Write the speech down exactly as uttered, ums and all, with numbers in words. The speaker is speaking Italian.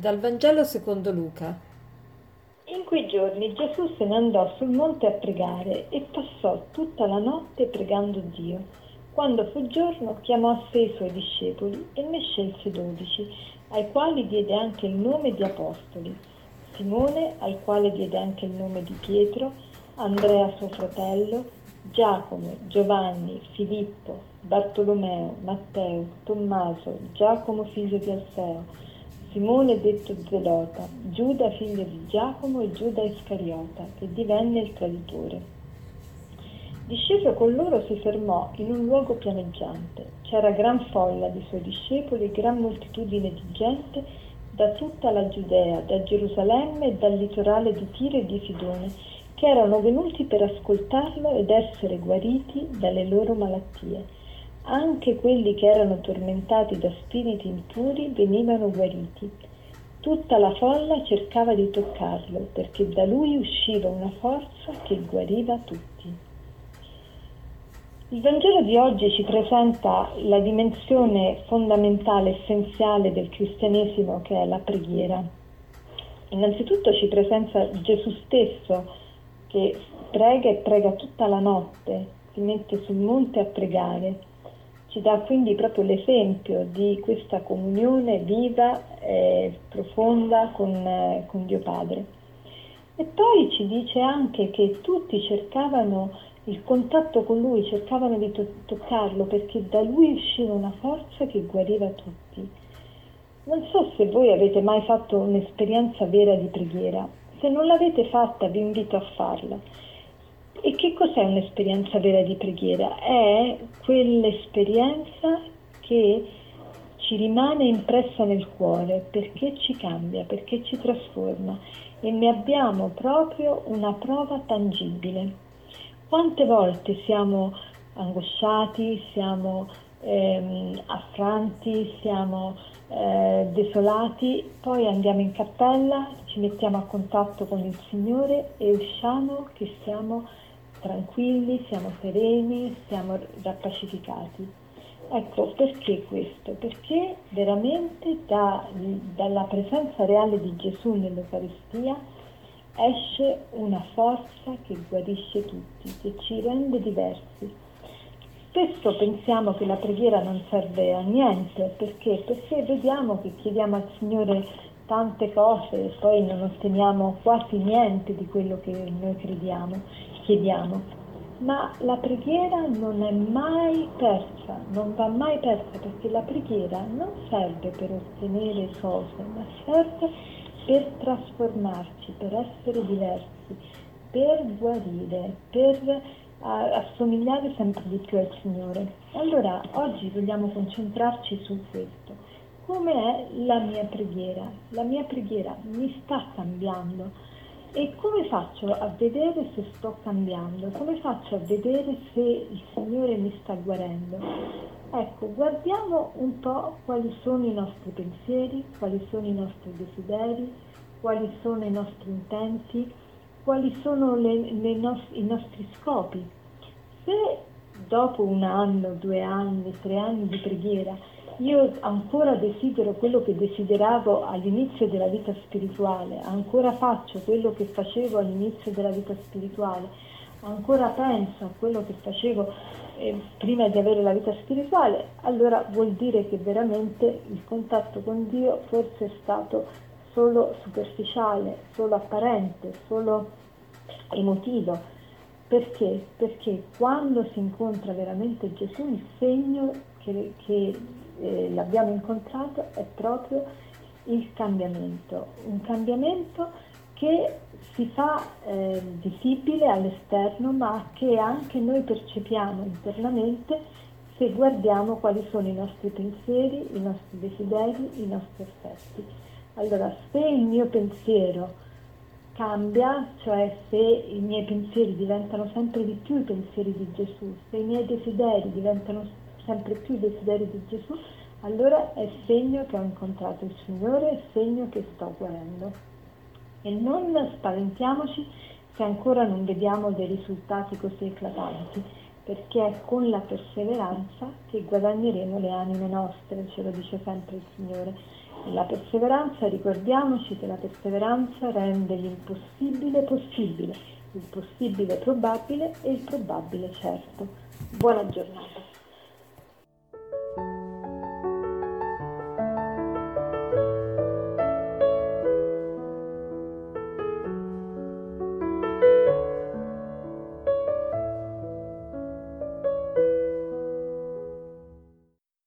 Dal Vangelo secondo Luca. In quei giorni Gesù se ne andò sul monte a pregare e passò tutta la notte pregando Dio. Quando fu giorno chiamò a sé i suoi discepoli e ne scelse dodici, ai quali diede anche il nome di apostoli: Simone, al quale diede anche il nome di Pietro, Andrea suo fratello, Giacomo, Giovanni, Filippo, Bartolomeo, Matteo, Tommaso, Giacomo figlio di Alfeo, Simone detto Zelota, Giuda figlio di Giacomo e Giuda Iscariota, che divenne il traditore. Disceso con loro si fermò in un luogo pianeggiante. C'era gran folla di suoi discepoli e gran moltitudine di gente da tutta la Giudea, da Gerusalemme e dal litorale di Tiro e di Sidone, che erano venuti per ascoltarlo ed essere guariti dalle loro malattie. Anche quelli che erano tormentati da spiriti impuri venivano guariti. Tutta la folla cercava di toccarlo, perché da lui usciva una forza che guariva tutti. Il Vangelo di oggi ci presenta la dimensione fondamentale, essenziale del cristianesimo, che è la preghiera. Innanzitutto ci presenta Gesù stesso, che prega e prega tutta la notte, si mette sul monte a pregare. Ci dà quindi proprio l'esempio di questa comunione viva e profonda con, eh, con Dio Padre. E poi ci dice anche che tutti cercavano il contatto con Lui, cercavano di to- toccarlo, perché da Lui usciva una forza che guariva tutti. Non so se voi avete mai fatto un'esperienza vera di preghiera. Se non l'avete fatta, vi invito a farla. E che cos'è un'esperienza vera di preghiera? È quell'esperienza che ci rimane impressa nel cuore, perché ci cambia, perché ci trasforma, e ne abbiamo proprio una prova tangibile. Quante volte siamo angosciati, siamo ehm, affranti, siamo eh, desolati, poi andiamo in cappella, ci mettiamo a contatto con il Signore e usciamo che siamo tranquilli, siamo sereni, siamo rappacificati. Ecco, perché questo? Perché veramente da, dalla presenza reale di Gesù nell'Eucaristia esce una forza che guarisce tutti, che ci rende diversi. Spesso pensiamo che la preghiera non serve a niente, perché? Perché vediamo che chiediamo al Signore tante cose e poi non otteniamo quasi niente di quello che noi crediamo, chiediamo. Ma la preghiera non è mai persa, non va mai persa, perché la preghiera non serve per ottenere cose, ma serve per trasformarci, per essere diversi, per guarire, per assomigliare sempre di più al Signore. Allora oggi vogliamo concentrarci su questo. Come è la mia preghiera? La mia preghiera mi sta cambiando? E come faccio a vedere se sto cambiando? Come faccio a vedere se il Signore mi sta guarendo? Ecco, guardiamo un po' quali sono i nostri pensieri, quali sono i nostri desideri, quali sono i nostri intenti, quali sono le, le nos- i nostri scopi. Se dopo un anno, due anni, tre anni di preghiera io ancora desidero quello che desideravo all'inizio della vita spirituale, ancora faccio quello che facevo all'inizio della vita spirituale, ancora penso a quello che facevo eh, prima di avere la vita spirituale, allora vuol dire che veramente il contatto con Dio forse è stato solo superficiale, solo apparente, solo emotivo. Perché? Perché quando si incontra veramente Gesù, il segno che, che eh, l'abbiamo incontrato è proprio il cambiamento, un cambiamento che si fa eh, visibile all'esterno, ma che anche noi percepiamo internamente se guardiamo quali sono i nostri pensieri, i nostri desideri, i nostri affetti. Allora, se il mio pensiero cambia, cioè se i miei pensieri diventano sempre di più i pensieri di Gesù, se i miei desideri diventano sempre più i desideri di Gesù, allora è segno che ho incontrato il Signore, è segno che sto guarendo. E non spaventiamoci se ancora non vediamo dei risultati così eclatanti, perché è con la perseveranza che guadagneremo le anime nostre, ce lo dice sempre il Signore. E la perseveranza, ricordiamoci che la perseveranza rende l'impossibile possibile, il possibile probabile e il probabile certo. Buona giornata.